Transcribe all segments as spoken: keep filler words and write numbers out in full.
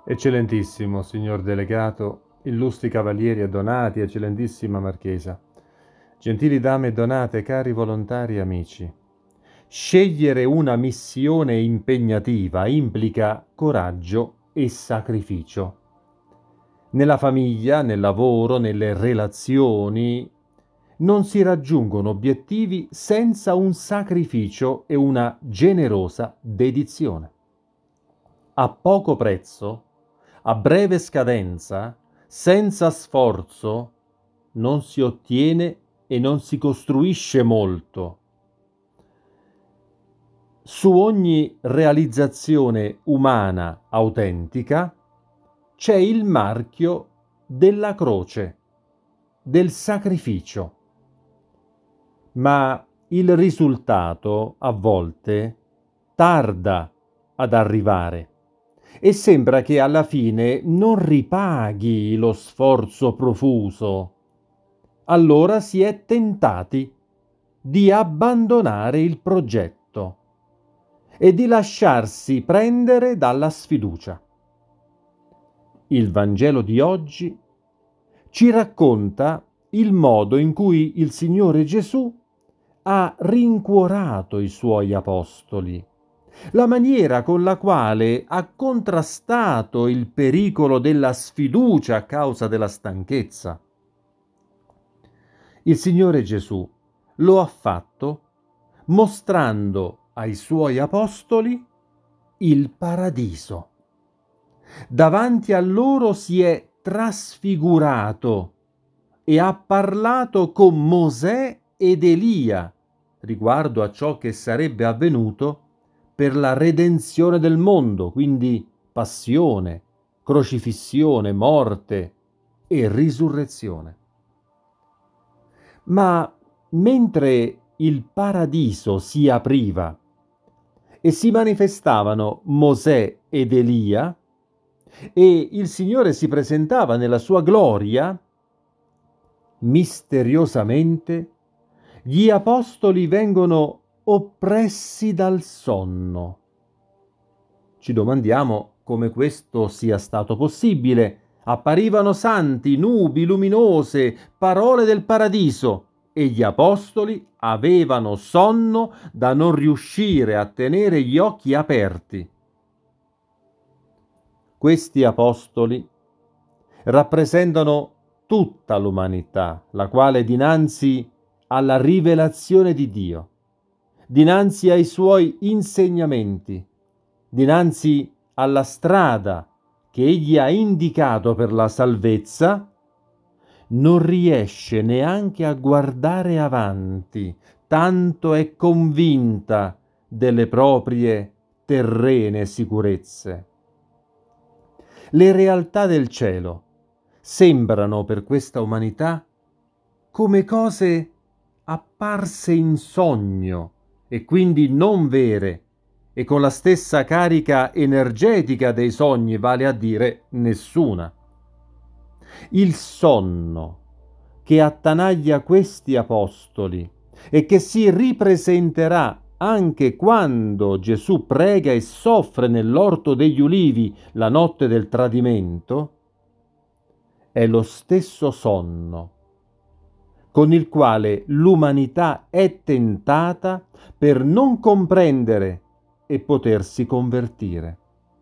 Eccellentissimo, signor delegato, illustri cavalieri e donati, eccellentissima marchesa, gentili dame e donate, cari volontari e amici. Scegliere una missione impegnativa implica coraggio e sacrificio. Nella famiglia, nel lavoro, nelle relazioni, non si raggiungono obiettivi senza un sacrificio e una generosa dedizione. A poco prezzo, a breve scadenza, senza sforzo, non si ottiene e non si costruisce molto. Su ogni realizzazione umana autentica c'è il marchio della croce, del sacrificio. Ma il risultato, a volte, tarda ad arrivare e sembra che alla fine non ripaghi lo sforzo profuso. Allora si è tentati di abbandonare il progetto e di lasciarsi prendere dalla sfiducia. Il Vangelo di oggi ci racconta il modo in cui il Signore Gesù ha rincuorato i suoi apostoli, la maniera con la quale ha contrastato il pericolo della sfiducia a causa della stanchezza. Il Signore Gesù lo ha fatto mostrando ai suoi apostoli il paradiso. Davanti a loro si è trasfigurato e ha parlato con Mosè ed Elia riguardo a ciò che sarebbe avvenuto per la redenzione del mondo, quindi passione, crocifissione, morte e risurrezione. Ma mentre il paradiso si apriva e si manifestavano Mosè ed Elia, e il Signore si presentava nella sua gloria, misteriosamente gli apostoli vengono oppressi dal sonno. Ci domandiamo come questo sia stato possibile. Apparivano santi, nubi luminose, parole del paradiso, e gli apostoli avevano sonno da non riuscire a tenere gli occhi aperti. Questi apostoli rappresentano tutta l'umanità, la quale dinanzi alla rivelazione di Dio, dinanzi ai suoi insegnamenti, dinanzi alla strada che egli ha indicato per la salvezza, non riesce neanche a guardare avanti, tanto è convinta delle proprie terrene sicurezze. Le realtà del cielo sembrano per questa umanità come cose apparse in sogno e quindi non vere e con la stessa carica energetica dei sogni, vale a dire nessuna. Il sonno che attanaglia questi apostoli e che si ripresenterà anche quando Gesù prega e soffre nell'orto degli ulivi la notte del tradimento, è lo stesso sonno con il quale l'umanità è tentata per non comprendere e potersi convertire.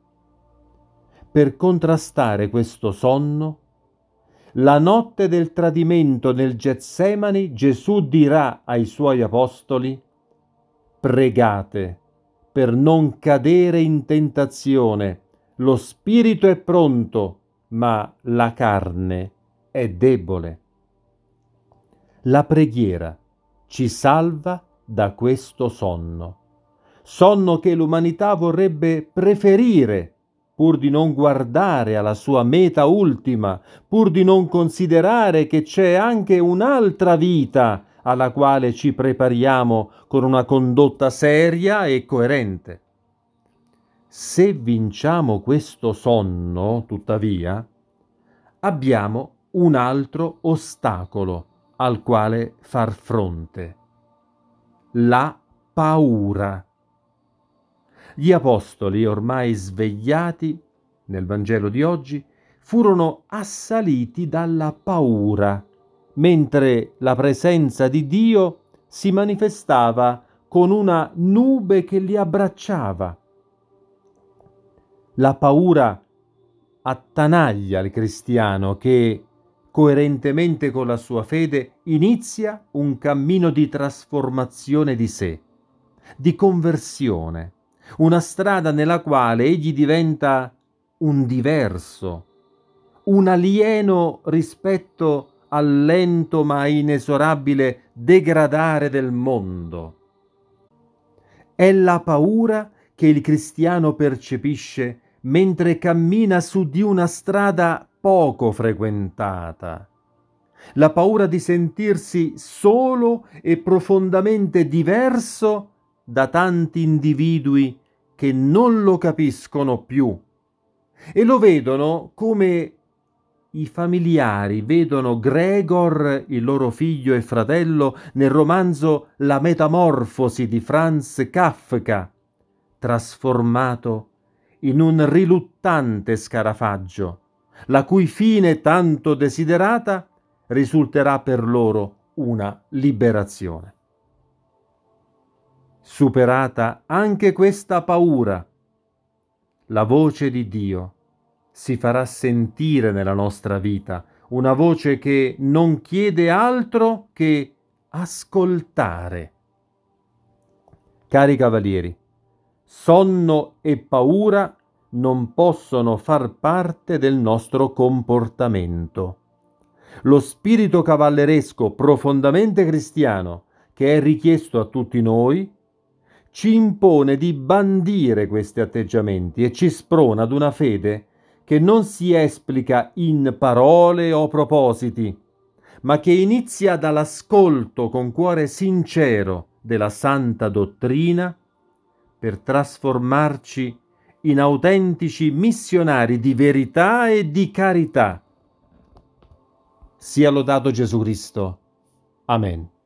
Per contrastare questo sonno, la notte del tradimento nel Getsemani Gesù dirà ai suoi apostoli: pregate per non cadere in tentazione. Lo spirito è pronto, ma la carne è debole. La preghiera ci salva da questo sonno, sonno che l'umanità vorrebbe preferire pur di non guardare alla sua meta ultima, pur di non considerare che c'è anche un'altra vita alla quale ci prepariamo con una condotta seria e coerente. Se vinciamo questo sonno, tuttavia, abbiamo un altro ostacolo al quale far fronte: la paura. Gli apostoli, ormai svegliati, nel Vangelo di oggi, furono assaliti dalla paura, mentre la presenza di Dio si manifestava con una nube che li abbracciava. La paura attanaglia il cristiano che, coerentemente con la sua fede, inizia un cammino di trasformazione di sé, di conversione, una strada nella quale egli diventa un diverso, un alieno rispetto al lento ma inesorabile degradare del mondo. È la paura che il cristiano percepisce mentre cammina su di una strada poco frequentata. La paura di sentirsi solo e profondamente diverso da tanti individui che non lo capiscono più e lo vedono come i familiari vedono Gregor, il loro figlio e fratello, nel romanzo La metamorfosi di Franz Kafka, trasformato in un riluttante scarafaggio, la cui fine tanto desiderata risulterà per loro una liberazione. Superata anche questa paura, la voce di Dio si farà sentire nella nostra vita, una voce che non chiede altro che ascoltare. Cari cavalieri, sonno e paura non possono far parte del nostro comportamento. Lo spirito cavalleresco profondamente cristiano, che è richiesto a tutti noi, ci impone di bandire questi atteggiamenti e ci sprona ad una fede che non si esplica in parole o propositi, ma che inizia dall'ascolto con cuore sincero della santa dottrina per trasformarci in autentici missionari di verità e di carità. Sia lodato Gesù Cristo. Amen.